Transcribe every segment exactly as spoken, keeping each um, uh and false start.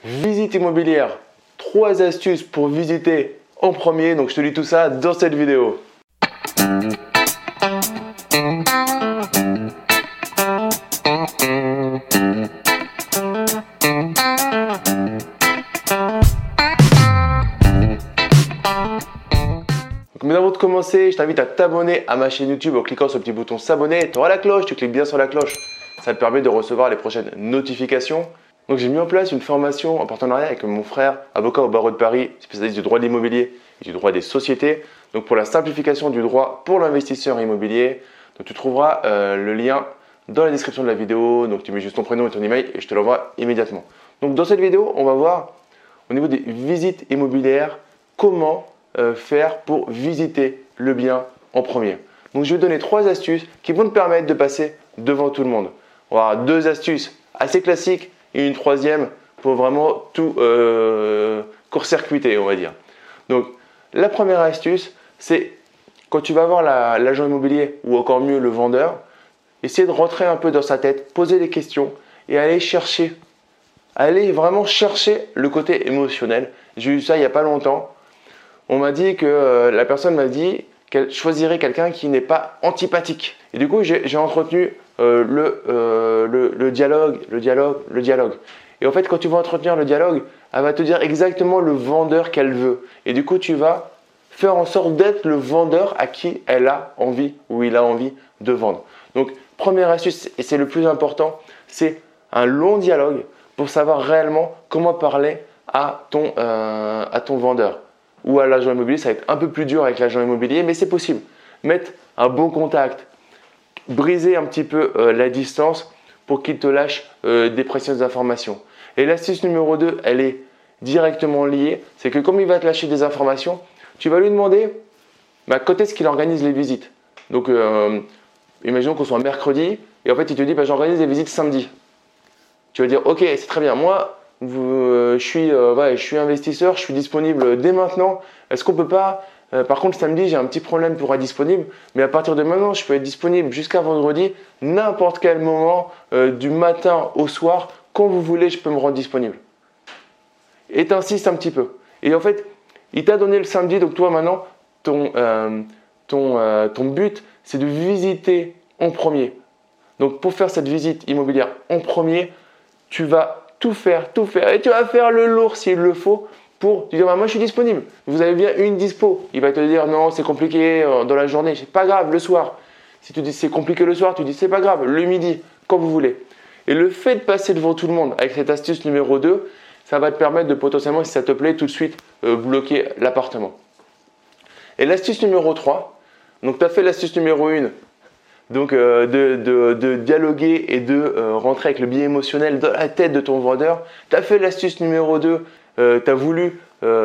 Visite immobilière, trois astuces pour visiter en premier. Donc je te dis tout ça dans cette vidéo. Donc, mais avant de commencer, je t'invite à t'abonner à ma chaîne YouTube en cliquant sur le petit bouton s'abonner. Tu auras la cloche, tu cliques bien sur la cloche. Ça te permet de recevoir les prochaines notifications. Donc j'ai mis en place une formation en partenariat avec mon frère, avocat au barreau de Paris, spécialiste du droit de l'immobilier et du droit des sociétés. Donc pour la simplification du droit pour l'investisseur immobilier. Donc tu trouveras euh, le lien dans la description de la vidéo. Donc tu mets juste ton prénom et ton email et je te l'envoie immédiatement. Donc dans cette vidéo, on va voir au niveau des visites immobilières comment euh, faire pour visiter le bien en premier. Donc je vais te donner trois astuces qui vont te permettre de passer devant tout le monde. On va avoir deux astuces assez classiques et une troisième pour vraiment tout euh, court-circuiter, on va dire. Donc, la première astuce, c'est quand tu vas voir l'agent immobilier ou encore mieux le vendeur, essayer de rentrer un peu dans sa tête, poser des questions et aller chercher, aller vraiment chercher le côté émotionnel. J'ai eu ça il n'y a pas longtemps. On m'a dit que euh, la personne m'a dit qu'elle choisirait quelqu'un qui n'est pas antipathique. Et du coup, j'ai entretenu euh, le, euh, le, le dialogue, le dialogue, le dialogue. Et en fait, quand tu vas entretenir le dialogue, elle va te dire exactement le vendeur qu'elle veut. Et du coup, tu vas faire en sorte d'être le vendeur à qui elle a envie ou il a envie de vendre. Donc, première astuce, et c'est le plus important, c'est un long dialogue pour savoir réellement comment parler à ton, euh, à ton vendeur. Ou à l'agent immobilier, ça va être un peu plus dur avec l'agent immobilier, mais c'est possible. Mettre un bon contact, briser un petit peu euh, la distance pour qu'il te lâche euh, des précieuses informations. Et l'astuce numéro deux, elle est directement liée. C'est que comme il va te lâcher des informations, tu vas lui demander bah, quand est-ce qu'il organise les visites. Donc, euh, imaginons qu'on soit mercredi et en fait, il te dit bah, j'organise les visites samedi. Tu vas dire ok, c'est très bien. Moi, Euh, je, suis, euh, ouais, je suis investisseur, je suis disponible dès maintenant. Est-ce qu'on peut pas, euh, par contre samedi j'ai un petit problème pour être disponible, mais à partir de maintenant je peux être disponible jusqu'à vendredi, n'importe quel moment, euh, du matin au soir, quand vous voulez je peux me rendre disponible. Et tu insistes un petit peu. Et en fait, il t'a donné le samedi, donc toi maintenant, ton, euh, ton, euh, ton but c'est de visiter en premier. Donc pour faire cette visite immobilière en premier, tu vas tout faire, tout faire. Et tu vas faire le lourd s'il le faut pour te dire bah, moi je suis disponible. Vous avez bien une dispo. Il va te dire non, c'est compliqué dans la journée. C'est pas grave, le soir. Si tu dis c'est compliqué le soir, tu dis c'est pas grave, le midi, quand vous voulez. Et le fait de passer devant tout le monde avec cette astuce numéro deux, ça va te permettre de potentiellement, si ça te plaît, tout de suite euh, bloquer l'appartement. Et l'astuce numéro trois, donc tu as fait l'astuce numéro un. Donc euh, de, de, de dialoguer et de euh, rentrer avec le biais émotionnel dans la tête de ton vendeur. Tu as fait l'astuce numéro deux, euh, tu as voulu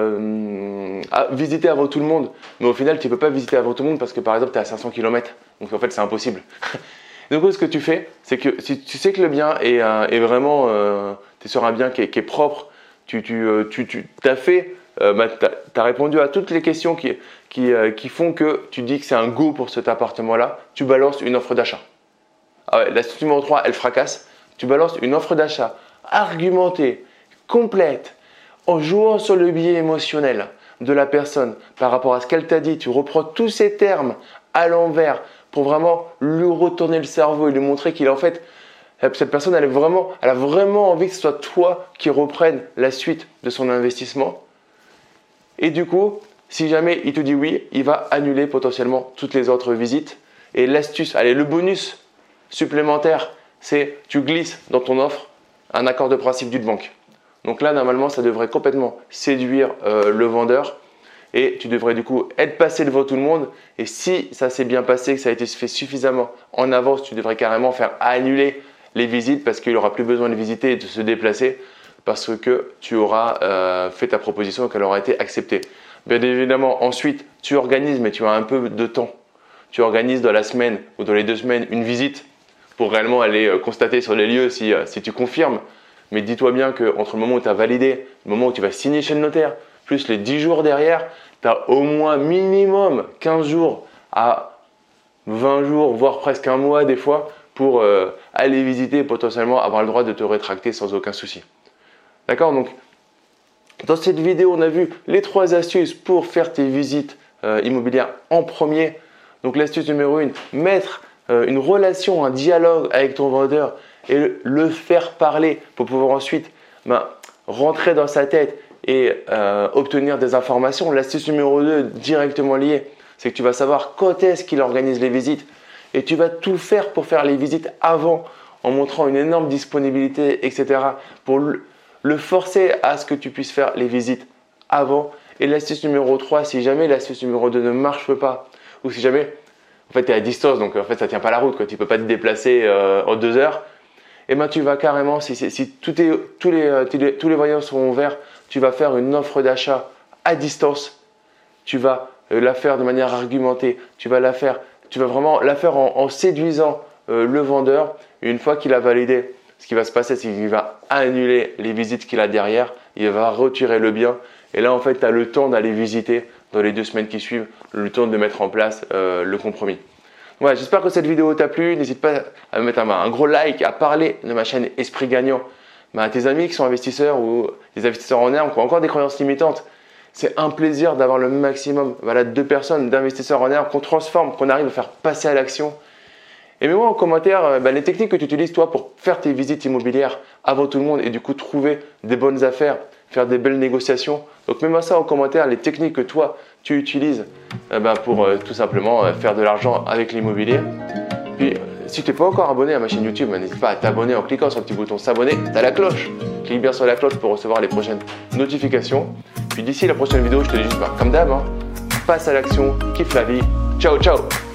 euh, visiter avant tout le monde, mais au final tu ne peux pas visiter avant tout le monde parce que par exemple tu es à cinq cents kilomètres, donc en fait c'est impossible. Donc ce que tu fais, c'est que si tu sais que le bien est, euh, est vraiment, euh, tu es sur un bien qui est, qui est propre, tu, tu, euh, tu, tu as fait, euh, bah, tu as répondu à toutes les questions qui, qui, euh, qui font que tu dis que c'est un go pour cet appartement-là, tu balances une offre d'achat. Ah ouais, l'astuce numéro trois, elle fracasse. Tu balances une offre d'achat argumentée, complète, en jouant sur le biais émotionnel de la personne par rapport à ce qu'elle t'a dit. Tu reprends tous ces termes à l'envers pour vraiment lui retourner le cerveau et lui montrer qu'il en fait, cette personne elle, est vraiment, elle a vraiment envie que ce soit toi qui reprennes la suite de son investissement. Et du coup, si jamais il te dit oui, il va annuler potentiellement toutes les autres visites. Et l'astuce, allez, le bonus supplémentaire, c'est tu glisses dans ton offre un accord de principe d'une banque. Donc là, normalement, ça devrait complètement séduire euh, le vendeur. Et tu devrais du coup être passé devant tout le monde. Et si ça s'est bien passé, que ça a été fait suffisamment en avance, tu devrais carrément faire annuler les visites parce qu'il n'aura plus besoin de visiter et de se déplacer parce que tu auras euh, fait ta proposition et qu'elle aura été acceptée. Bien évidemment, ensuite, tu organises, mais tu as un peu de temps. Tu organises dans la semaine ou dans les deux semaines une visite pour réellement aller constater sur les lieux si, si tu confirmes. Mais dis-toi bien qu'entre le moment où tu as validé, le moment où tu vas signer chez le notaire, plus les dix jours derrière, tu as au moins minimum quinze jours à vingt jours, voire presque un mois des fois, pour euh, aller visiter et potentiellement avoir le droit de te rétracter sans aucun souci. D'accord? Donc, Dans cette vidéo, on a vu les trois astuces pour faire tes visites euh, immobilières en premier. Donc l'astuce numéro une, mettre euh, une relation, un dialogue avec ton vendeur et le, le faire parler pour pouvoir ensuite ben, rentrer dans sa tête et euh, obtenir des informations. L'astuce numéro deux, directement liée, c'est que tu vas savoir quand est-ce qu'il organise les visites et tu vas tout faire pour faire les visites avant en montrant une énorme disponibilité, et cetera pour le, le forcer à ce que tu puisses faire les visites avant. Et l'astuce numéro trois, si jamais l'astuce numéro deux ne marche pas ou si jamais en fait, tu es à distance, donc en fait ça ne tient pas la route, quoi. Tu ne peux pas te déplacer euh, en deux heures, et ben tu vas carrément, si, si, si tout est, tous, les, euh, tous, les, tous les voyants sont ouverts, tu vas faire une offre d'achat à distance. Tu vas euh, la faire de manière argumentée, tu vas la faire, tu vas vraiment la faire en, en séduisant euh, le vendeur. Et une fois qu'il a validé, ce qui va se passer, c'est qu'il va annuler les visites qu'il a derrière, il va retirer le bien. Et là, en fait, tu as le temps d'aller visiter dans les deux semaines qui suivent, le temps de mettre en place euh, le compromis. Voilà, j'espère que cette vidéo t'a plu. N'hésite pas à mettre un, un gros like, à parler de ma chaîne Esprit Gagnant bah, à tes amis qui sont investisseurs ou des investisseurs en herbe qui ont encore des croyances limitantes. C'est un plaisir d'avoir le maximum voilà, de personnes, d'investisseurs en herbe qu'on transforme, qu'on arrive à faire passer à l'action. Et mets-moi en commentaire bah, les techniques que tu utilises toi pour faire tes visites immobilières avant tout le monde et du coup trouver des bonnes affaires, faire des belles négociations. Donc mets-moi ça en commentaire, les techniques que toi tu utilises euh, bah, pour euh, tout simplement euh, faire de l'argent avec l'immobilier. Puis euh, si tu n'es pas encore abonné à ma chaîne YouTube, bah, n'hésite pas à t'abonner en cliquant sur le petit bouton s'abonner, tu as la cloche. Clique bien sur la cloche pour recevoir les prochaines notifications. Puis d'ici la prochaine vidéo, je te dis juste bah, comme d'hab, hein, passe à l'action, kiffe la vie. Ciao ciao.